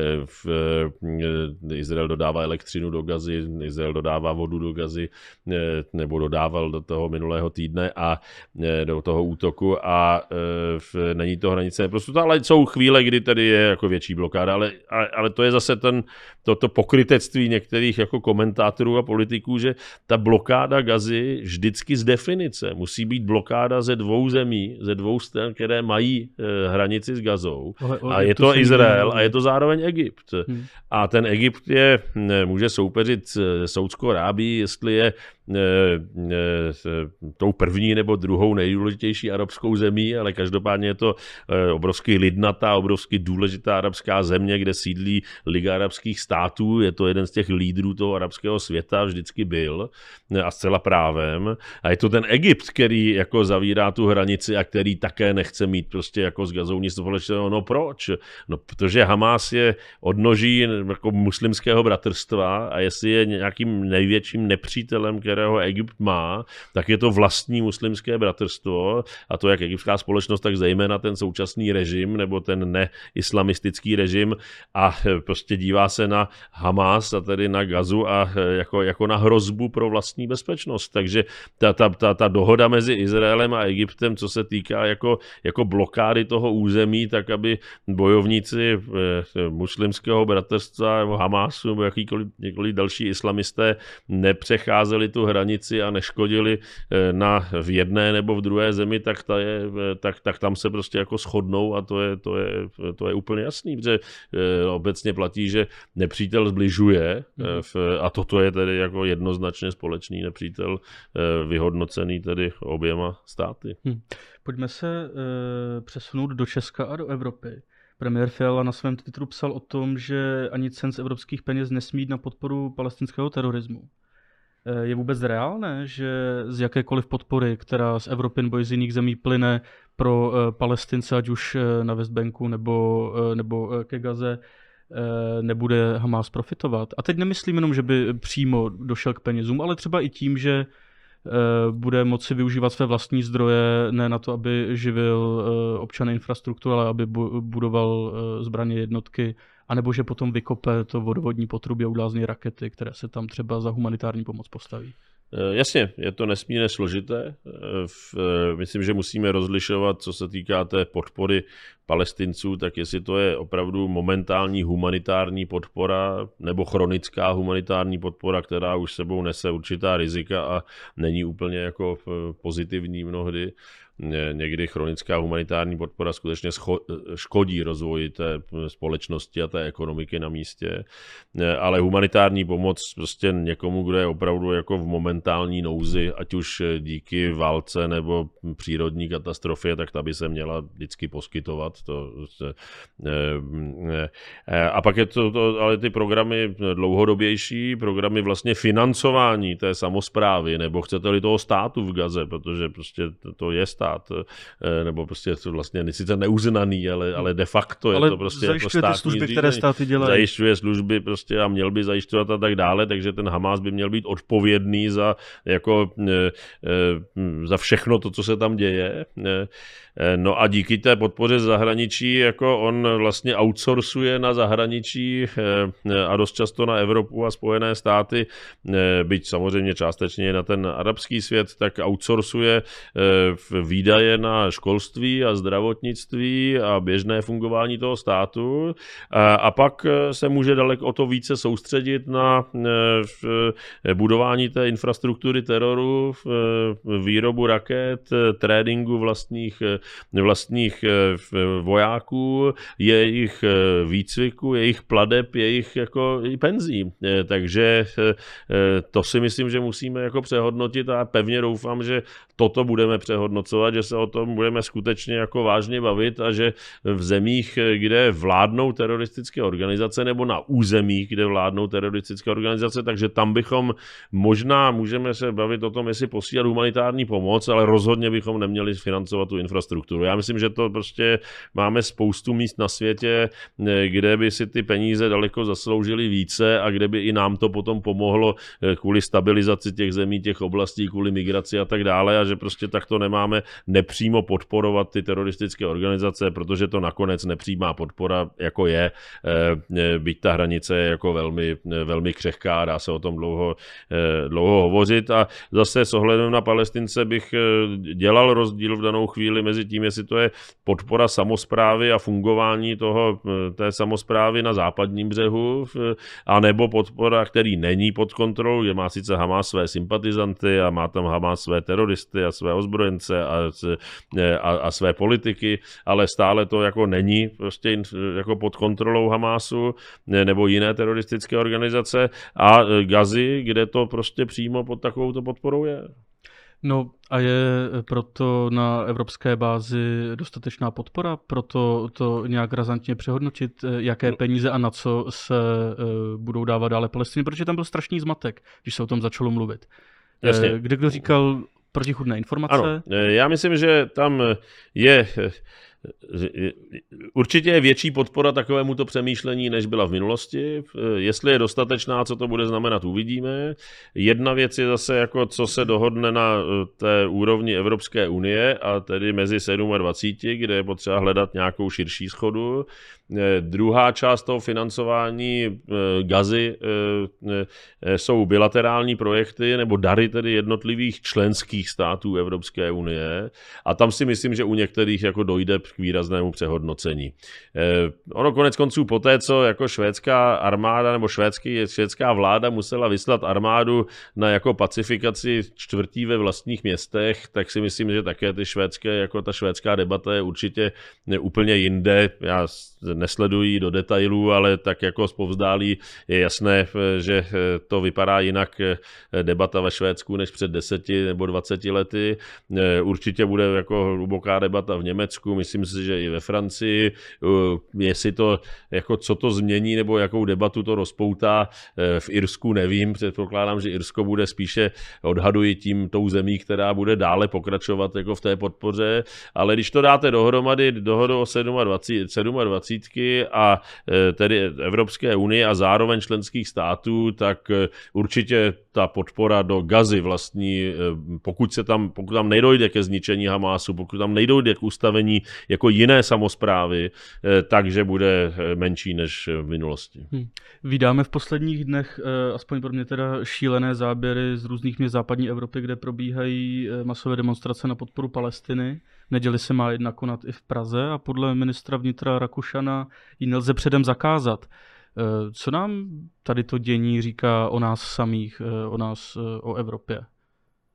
Speaker 2: Izrael dodává elektřinu do Gazy, Izrael dodává vodu do Gazy, nebo dodával do toho minulého týdne a do toho útoku a není to hranice. Prostě ale jsou chvíle, kdy tady je jako větší blokáda, ale to je zase toto pokrytectví některých jako komentátorů a politiků, že ta blokáda Gazy vždycky z definice musí být blokáda ze 2 zemí, ze 2 stran, které mají hranici s Gazou. A je to Izrael a je to zároveň Egypt. A ten Egypt může soupeřit s Saudskou Arábií, jestli je tou první nebo druhou nejdůležitější arabskou zemí, ale každopádně je to obrovsky lidnatá, obrovsky důležitá arabská země, kde sídlí Liga arabských států. Je to jeden z těch lídrů toho arabského světa, vždycky byl a zcela právem. A je to ten Egypt, který jako zavírá tu hranici a který také nechce mít prostě jako s Gazou nic společného. No proč? No protože Hamás je odnoží jako muslimského bratrstva a jestli je nějakým největším nepřítelem, kterého Egypt má, tak je to vlastní muslimské bratrstvo a to jak egyptská společnost, tak zejména ten současný režim nebo ten neislamistický režim a prostě dívá se na Hamás a tedy na Gazu a jako na hrozbu pro vlastní bezpečnost. Takže ta dohoda mezi Izraelem a Egyptem, co se týká jako blokády toho území, tak aby bojovníci muslimského bratrstva nebo Hamásu nebo jakýkoliv další islamisté nepřecházeli tu hranici a neškodili v jedné nebo v druhé zemi, tak tam se prostě jako shodnou a to je úplně jasný, protože obecně platí, že nepřítel zbližuje a toto je tedy jako jednoznačně společný nepřítel vyhodnocený tedy oběma státy.
Speaker 1: Pojďme se přesunout do Česka a do Evropy. Premiér Fiala na svém Twitteru psal o tom, že ani cent z evropských peněz nesmí jít na podporu palestinského terorismu. Je vůbec reálné, že z jakékoliv podpory, která z Evropy nebo z jiných zemí plyne pro Palestince, ať už na Westbanku nebo ke Gaze, nebude Hamás profitovat? A teď nemyslím jenom, že by přímo došel k penězům, ale třeba i tím, že bude moci využívat své vlastní zdroje, ne na to, aby živil občany infrastrukturu, ale aby budoval zbraně jednotky, anebo že potom vykope to vodovodní potrubí a udlázní rakety, které se tam třeba za humanitární pomoc postaví.
Speaker 2: Jasně, je to nesmírně složité. Myslím, že musíme rozlišovat, co se týká té podpory Palestinců, tak jestli to je opravdu momentální humanitární podpora nebo chronická humanitární podpora, která už sebou nese určitá rizika a není úplně jako pozitivní mnohdy, někdy chronická humanitární podpora skutečně škodí rozvoji té společnosti a té ekonomiky na místě, ale humanitární pomoc prostě někomu, kdo je opravdu jako v momentální nouzi, ať už díky válce nebo přírodní katastrofě, tak ta by se měla vždycky poskytovat. A pak je to ale ty programy dlouhodobější, programy vlastně financování té samosprávy, nebo chcete-li toho státu v Gaze, protože prostě to je stát, nebo prostě to vlastně sice neuznaný, ale de facto je to prostě jako státní
Speaker 1: služby, které státy dělají.
Speaker 2: Zajišťuje služby prostě a měl by zajišťovat a tak dále, takže ten Hamás by měl být odpovědný za všechno to, co se tam děje. No a díky té podpoře zahraničí, jako on vlastně outsourcuje na zahraničí a dost často na Evropu a Spojené státy, byť samozřejmě částečně na ten arabský svět, tak outsourcuje výdaje na školství a zdravotnictví a běžné fungování toho státu a pak se může daleko o to více soustředit na budování té infrastruktury teroru, výrobu raket, tréninku vlastních vojáků, jejich výcviku, jejich pladeb, jejich jako penzí. Takže to si myslím, že musíme jako přehodnotit a pevně doufám, že toto budeme přehodnocovat, že se o tom budeme skutečně jako vážně bavit a že v zemích, kde vládnou teroristické organizace nebo na územích, kde vládnou teroristické organizace, takže tam bychom možná můžeme se bavit o tom, jestli posílat humanitární pomoc, ale rozhodně bychom neměli financovat tu infrastrukturu. Já myslím, že to prostě máme spoustu míst na světě, kde by si ty peníze daleko zasloužily více a kde by i nám to potom pomohlo kvůli stabilizaci těch zemí, těch oblastí, kvůli migraci a tak dále a že prostě takto nemáme nepřímo podporovat ty teroristické organizace, protože to nakonec nepřímá podpora jako je, byť ta hranice je jako velmi, velmi křehká, dá se o tom dlouho hovořit a zase s ohledem na Palestince bych dělal rozdíl v danou chvíli mezi tím, jestli to je podpora samosprávy a fungování té samosprávy na západním břehu, anebo podpora, který není pod kontrolou, kde má sice Hamás své sympatizanty a má tam Hamás své teroristy a své ozbrojence a své politiky, ale stále to jako není prostě jako pod kontrolou Hamásu nebo jiné teroristické organizace a Gazy, kde to prostě přímo pod takovouto podporou je.
Speaker 1: No a je proto na evropské bázi dostatečná podpora, proto to nějak razantně přehodnotit, jaké peníze a na co se budou dávat dále Palestině, protože tam byl strašný zmatek, když se o tom začalo mluvit.
Speaker 2: Jasně.
Speaker 1: Kdo říkal protichůdné informace?
Speaker 2: Ano, já myslím, že tam je určitě je větší podpora takovémuto přemýšlení, než byla v minulosti. Jestli je dostatečná, co to bude znamenat, uvidíme. Jedna věc je zase, jako co se dohodne na té úrovni Evropské unie a tedy mezi 27, kde je potřeba hledat nějakou širší shodu. Druhá část toho financování Gazy jsou bilaterální projekty nebo dary tedy jednotlivých členských států Evropské unie a tam si myslím, že u některých jako dojde k výraznému přehodnocení. Ono konec konců poté, co jako švédská armáda nebo švédská vláda musela vyslat armádu na jako pacifikaci čtvrtí ve vlastních městech, tak si myslím, že také ta švédská debata je určitě úplně jinde. Já nesledují do detailů, ale tak jako zpovzdálí je jasné, že to vypadá jinak debata ve Švédsku než před 10 nebo 20 lety. Určitě bude jako hluboká debata v Německu, myslím si, že i ve Francii, jestli to, jako co to změní nebo jakou debatu to rozpoutá. V Irsku nevím, předpokládám, že Irsko bude spíše, odhaduji tou zemí, která bude dále pokračovat jako v té podpoře, ale když to dáte dohromady, dohodu o 27 a tedy Evropské unie a zároveň členských států, tak určitě ta podpora do Gazy vlastní, pokud tam nejdojde ke zničení Hamásu, pokud tam nejdojde k ustavení jako jiné samosprávy, takže bude menší než v minulosti.
Speaker 1: Vídáme v posledních dnech, aspoň pro mě teda, šílené záběry z různých měst západní Evropy, kde probíhají masové demonstrace na podporu Palestiny. V neděli se má jedna konat i v Praze a podle ministra vnitra Rakušana ji nelze předem zakázat. Co nám tady to dění říká o nás samých, o Evropě?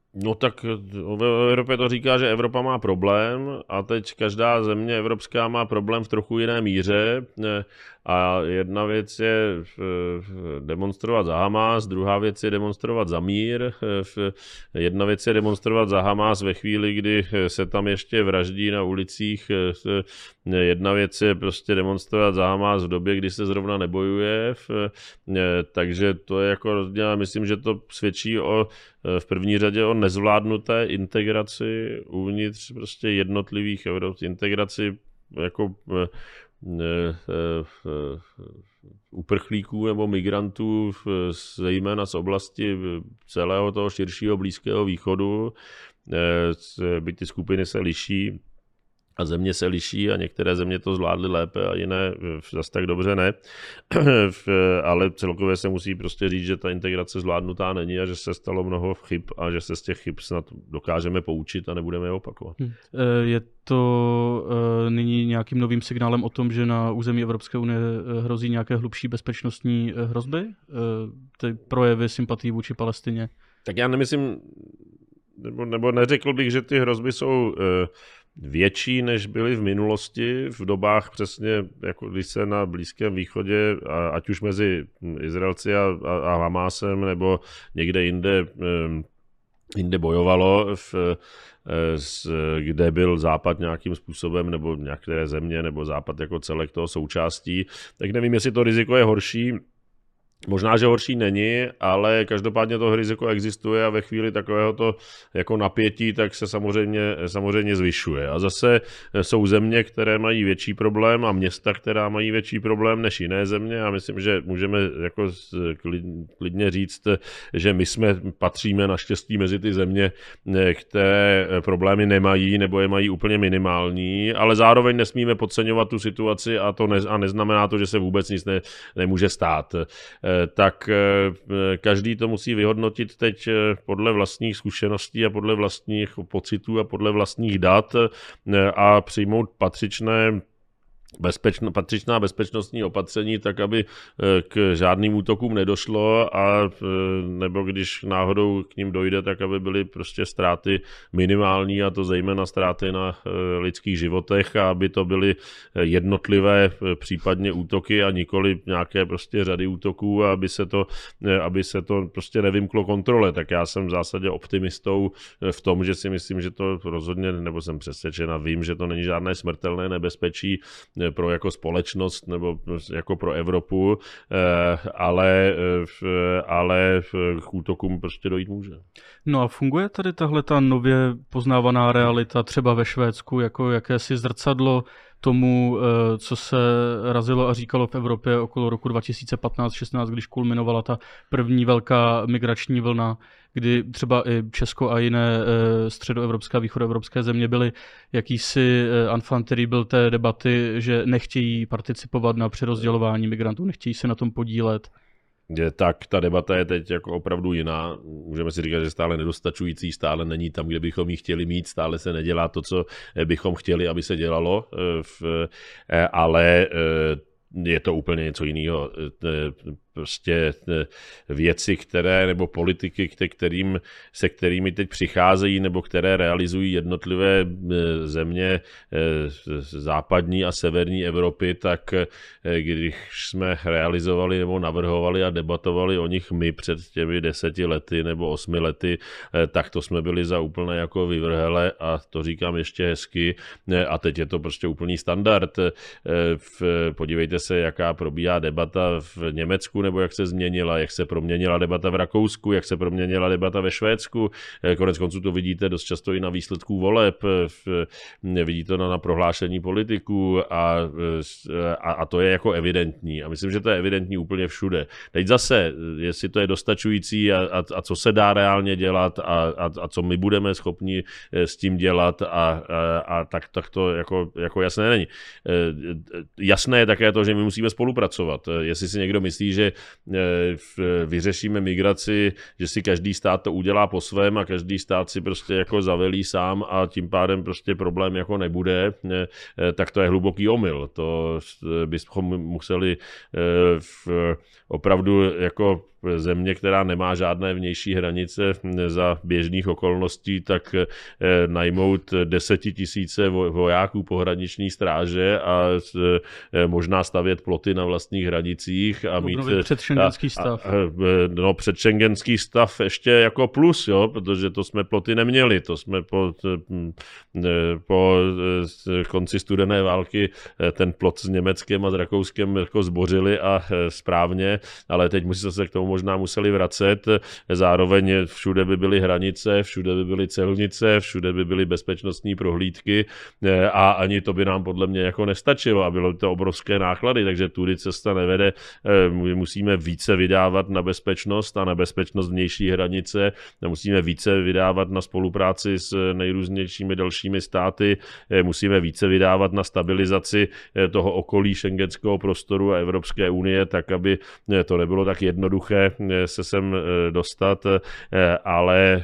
Speaker 2: No tak v Evropě to říká, že Evropa má problém a teď každá země evropská má problém v trochu jiné míře a jedna věc je demonstrovat za Hamas, druhá věc je demonstrovat za mír, jedna věc je demonstrovat za Hamas ve chvíli, kdy se tam ještě vraždí na ulicích, jedna věc je prostě demonstrovat za Hamas v době, kdy se zrovna nebojuje, takže to je jako rozdíl, myslím, že to svědčí v první řadě o nezvládnuté integraci uvnitř prostě jednotlivých integraci jako uprchlíků nebo migrantů, zejména z oblasti celého toho širšího Blízkého východu. Byť ty skupiny se liší a země se liší a některé země to zvládly lépe a jiné zase tak dobře ne. Ale celkově se musí prostě říct, že ta integrace zvládnutá není a že se stalo mnoho chyb a že se z těch chyb snad dokážeme poučit a nebudeme je opakovat.
Speaker 1: Je to nyní nějakým novým signálem o tom, že na území Evropské unie hrozí nějaké hlubší bezpečnostní hrozby? Ty projevy sympatii vůči Palestině?
Speaker 2: Tak já nemyslím, nebo neřekl bych, že ty hrozby jsou větší, než byly v minulosti, v dobách přesně, jako když se na Blízkém východě, ať už mezi Izraelci a Hamásem, nebo někde jinde bojovalo, kde byl Západ nějakým způsobem, nebo nějaké země, nebo Západ jako celek toho součástí, tak nevím, jestli to riziko je horší. Možná, že horší není, ale každopádně to riziko existuje a ve chvíli takovéhoto jako napětí, tak se samozřejmě zvyšuje. A zase jsou země, které mají větší problém a města, která mají větší problém než jiné země a myslím, že můžeme jako klidně říct, že my patříme naštěstí mezi ty země, které problémy nemají nebo je mají úplně minimální, ale zároveň nesmíme podceňovat tu situaci a neznamená to, že se vůbec nic nemůže stát. Tak každý to musí vyhodnotit teď podle vlastních zkušeností a podle vlastních pocitů a podle vlastních dat a přijmout patřičná bezpečnostní opatření, tak aby k žádným útokům nedošlo a nebo když náhodou k ním dojde, tak aby byly prostě ztráty minimální a to zejména ztráty na lidských životech a aby to byly jednotlivé případně útoky a nikoli nějaké prostě řady útoků a aby se to prostě nevymklo kontrole. Tak já jsem v zásadě optimistou v tom, že si myslím, že to rozhodně, nebo jsem přesvědčen a vím, že to není žádné smrtelné nebezpečí pro jako společnost nebo jako pro Evropu, ale k útokům prostě dojít může.
Speaker 1: No a funguje tady tahle ta nově poznávaná realita třeba ve Švédsku jako jakési zrcadlo tomu, co se razilo a říkalo v Evropě okolo roku 2015-16, když kulminovala ta první velká migrační vlna, kdy třeba i Česko a jiné středoevropské a východoevropské země byly jakýsi enfant terrible té debaty, že nechtějí participovat na přerozdělování migrantů, nechtějí se na tom podílet.
Speaker 2: Tak ta debata je teď jako opravdu jiná. Můžeme si říkat, že stále nedostačující, stále není tam, kde bychom ji chtěli mít, stále se nedělá to, co bychom chtěli, aby se dělalo, ale je to úplně něco jiného. Prostě věci, nebo politiky, se kterými teď přicházejí nebo které realizují jednotlivé země západní a severní Evropy, tak když jsme realizovali nebo navrhovali a debatovali o nich my před těmi 10 lety nebo 8 lety, tak to jsme byli za úplné jako vyvrhele a to říkám ještě hezky a teď je to prostě úplný standard. Podívejte se, jaká probíhá debata v Německu nebo jak se změnila, jak se proměnila debata v Rakousku, jak se proměnila debata ve Švédsku. Konec konců to vidíte dost často i na výsledků voleb, vidíte to na prohlášení politiků a to je jako evidentní. A myslím, že to je evidentní úplně všude. Teď zase, jestli to je dostačující a co se dá reálně dělat a co my budeme schopni s tím dělat tak to jako jasné není. Jasné je také to, že my musíme spolupracovat. Jestli si někdo myslí, že vyřešíme migraci, že si každý stát to udělá po svém a každý stát si prostě jako zavelí sám a tím pádem prostě problém jako nebude, tak to je hluboký omyl. To bychom museli opravdu jako země, která nemá žádné vnější hranice za běžných okolností, tak najmout 10 000 vojáků pohraniční stráže a možná stavět ploty na vlastních hranicích a mít
Speaker 1: předšengenský stav.
Speaker 2: No, předšengenský stav ještě jako plus, jo, protože to jsme ploty neměli, to jsme po konci studené války ten plot s Německem a s Rakouskem jako zbořili a správně, ale teď se k tomu možná museli vracet. Zároveň všude by byly hranice, všude by byly celnice, všude by byly bezpečnostní prohlídky a ani to by nám podle mě jako nestačilo a bylo to obrovské náklady, takže tudy cesta nevede. Musíme více vydávat na bezpečnost a na bezpečnost vnější hranice, musíme více vydávat na spolupráci s nejrůznějšími dalšími státy, musíme více vydávat na stabilizaci toho okolí schengenského prostoru a Evropské unie, tak aby to nebylo tak jednoduché se sem dostat, ale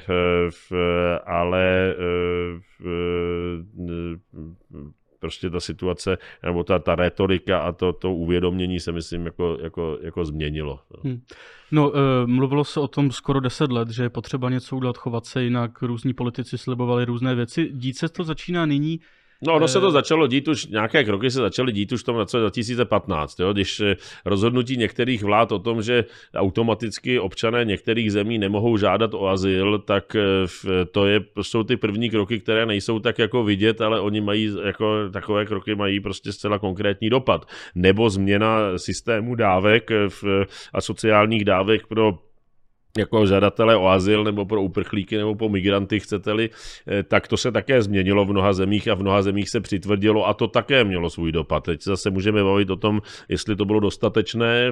Speaker 2: prostě ta situace, nebo ta retorika a to uvědomění se myslím jako změnilo.
Speaker 1: No, mluvilo se o tom skoro 10 let, že je potřeba něco udělat, chovat se jinak, různí politici slibovali různé věci. Dít se to začíná nyní.
Speaker 2: No, ono se to začalo dít už, nějaké kroky se začaly dít už v tom roce 2015, jo? Když rozhodnutí některých vlád o tom, že automaticky občané některých zemí nemohou žádat o azyl, tak jsou ty první kroky, které nejsou tak jako vidět, ale oni mají jako takové kroky mají prostě zcela konkrétní dopad. Nebo změna systému dávek a sociálních dávek pro jako žadatele o azyl nebo pro uprchlíky nebo po migranty, chcete-li, tak to se také změnilo v mnoha zemích a v mnoha zemích se přitvrdilo a to také mělo svůj dopad. Teď zase můžeme bavit o tom, jestli to bylo dostatečné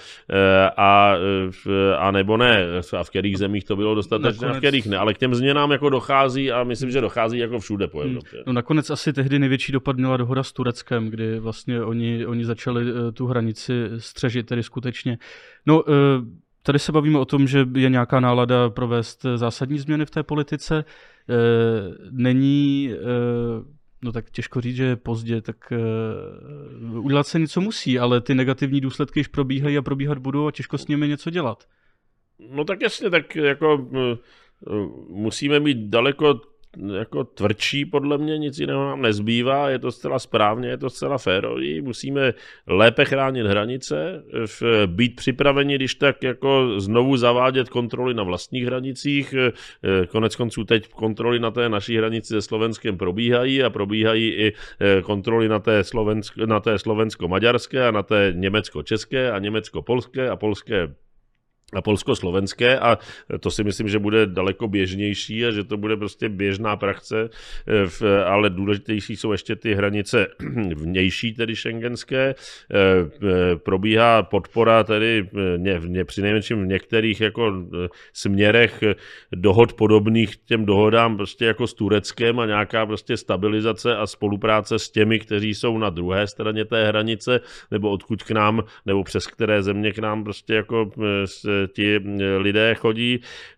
Speaker 2: a nebo ne, a v kterých zemích to bylo dostatečné a v kterých ne, ale k těm změnám jako dochází a myslím, že dochází jako všude po Evropě.
Speaker 1: No nakonec asi tehdy největší dopad měla dohoda s Tureckem, kdy vlastně oni začali tu hranici střežit tedy skutečně. No, tady se bavíme o tom, že je nějaká nálada provést zásadní změny v té politice. Není, no tak těžko říct, že je pozdě, tak udělat se něco musí, ale ty negativní důsledky již probíhají a probíhat budou a těžko s nimi něco dělat.
Speaker 2: No tak jasně, tak jako musíme být daleko jako tvrdší, podle mě nic jiného nám nezbývá, je to zcela správně, je to zcela férový, musíme lépe chránit hranice, být připraveni, když tak jako znovu zavádět kontroly na vlastních hranicích, konec konců teď kontroly na té naší hranici se Slovenskem probíhají a probíhají i kontroly na té slovensko-maďarské a na té německo-české a německo-polské a polsko-slovenské a to si myslím, že bude daleko běžnější a že to bude prostě běžná praxe, ale důležitější jsou ještě ty hranice vnější, tedy schengenské. Probíhá podpora tedy přinejmenším v některých jako směrech dohod podobných těm dohodám prostě jako s Tureckem a nějaká prostě stabilizace a spolupráce s těmi, kteří jsou na druhé straně té hranice nebo odkud k nám, nebo přes které země k nám prostě jako ti lidé chodí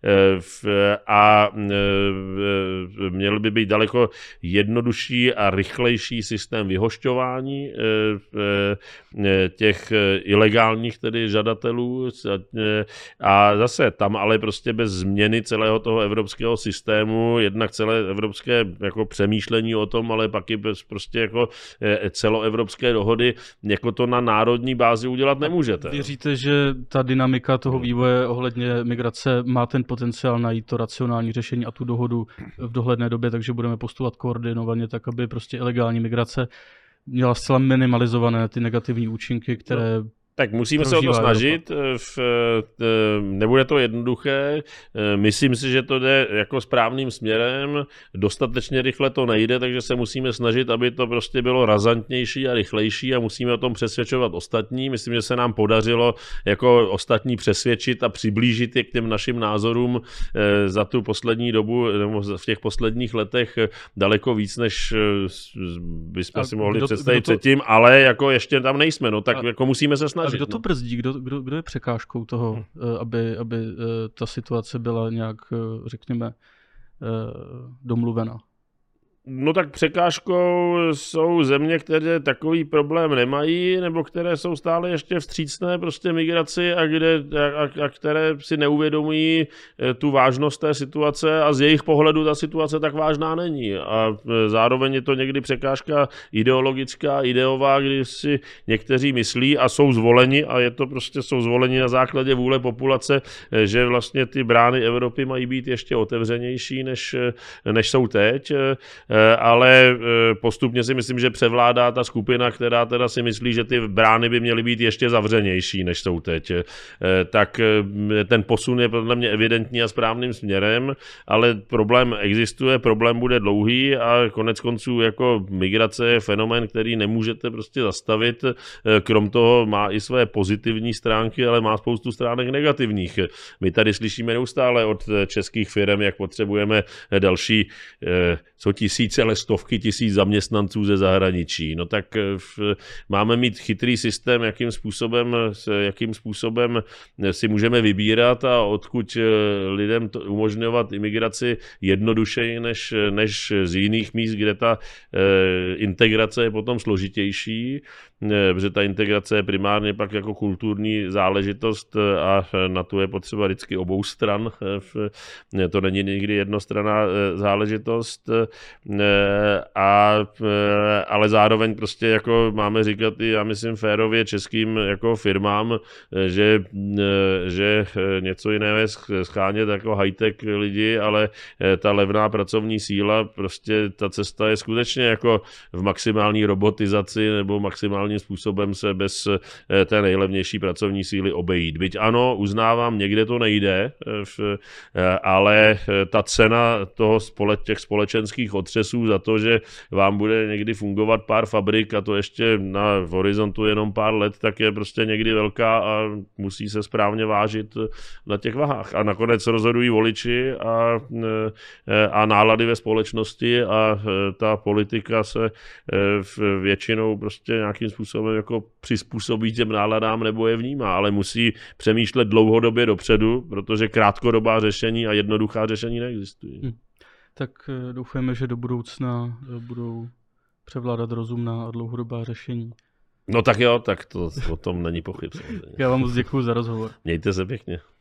Speaker 2: a měl by být daleko jednodušší a rychlejší systém vyhošťování těch ilegálních tedy žadatelů a zase tam ale prostě bez změny celého toho evropského systému, jednak celé evropské jako přemýšlení o tom, ale pak i bez prostě jako celoevropské dohody, jako to na národní bázi udělat nemůžete.
Speaker 1: Věříte, že ta dynamika toho vývoje ohledně migrace má ten potenciál najít to racionální řešení a tu dohodu v dohledné době, takže budeme postupovat koordinovaně tak, aby prostě ilegální migrace měla zcela minimalizované ty negativní účinky, které
Speaker 2: tak musíme se o to snažit, nebude to jednoduché, myslím si, že to jde jako správným směrem, dostatečně rychle to nejde, takže se musíme snažit, aby to prostě bylo razantnější a rychlejší a musíme o tom přesvědčovat ostatní. Myslím, že se nám podařilo jako ostatní přesvědčit a přiblížit je k těm našim názorům za tu poslední dobu, nebo v těch posledních letech daleko víc, než bychom si mohli představit předtím, ale jako ještě tam nejsme, no tak jako musíme se snažit.
Speaker 1: A kdo to brzdí? Kdo je překážkou toho, aby ta situace byla nějak, řekněme, domluvena?
Speaker 2: No tak překážkou jsou země, které takový problém nemají, nebo které jsou stále ještě vstřícné prostě migraci a které si neuvědomují tu vážnost té situace a z jejich pohledu ta situace tak vážná není. A zároveň je to někdy překážka ideologická, ideová, kdy si někteří myslí a jsou zvoleni a je to prostě jsou zvoleni na základě vůle populace, že vlastně ty brány Evropy mají být ještě otevřenější, než jsou teď. Ale postupně si myslím, že převládá ta skupina, která teda si myslí, že ty brány by měly být ještě zavřenější, než jsou teď. Tak ten posun je podle mě evidentní a správným směrem, ale problém existuje, problém bude dlouhý a konec konců jako migrace je fenomén, který nemůžete prostě zastavit. Krom toho má i své pozitivní stránky, ale má spoustu stránek negativních. My tady slyšíme neustále od českých firm, jak potřebujeme další jsou tisíce, ale stovky tisíc zaměstnanců ze zahraničí. No tak máme mít chytrý systém, jakým způsobem si můžeme vybírat a odkud lidem umožňovat imigraci jednodušeji než z jiných míst, kde ta integrace je potom složitější, protože ta integrace je primárně pak jako kulturní záležitost a na to je potřeba vždycky obou stran. To není nikdy jednostranná záležitost, ale zároveň prostě jako máme říkat i, já myslím, férově českým jako firmám, že něco jiného je schánět jako high-tech lidi, ale ta levná pracovní síla, prostě ta cesta je skutečně jako v maximální robotizaci nebo maximálním způsobem se bez té nejlevnější pracovní síly obejít. Byť ano, uznávám, někde to nejde, ale ta cena těch společenských otřesů za to, že vám bude někdy fungovat pár fabrik a to ještě na horizontu jenom pár let, tak je prostě někdy velká a musí se správně vážit na těch vahách. A nakonec rozhodují voliči a nálady ve společnosti a ta politika se většinou prostě nějakým způsobem jako přizpůsobí těm náladám nebo je vnímá, ale musí přemýšlet dlouhodobě dopředu, protože krátkodobá řešení a jednoduchá řešení neexistují.
Speaker 1: Tak doufujeme, že do budoucna budou převládat rozumná a dlouhodobá řešení.
Speaker 2: No tak jo, tak to o tom není pochyb.
Speaker 1: Já vám moc děkuju za rozhovor.
Speaker 2: Mějte se pěkně.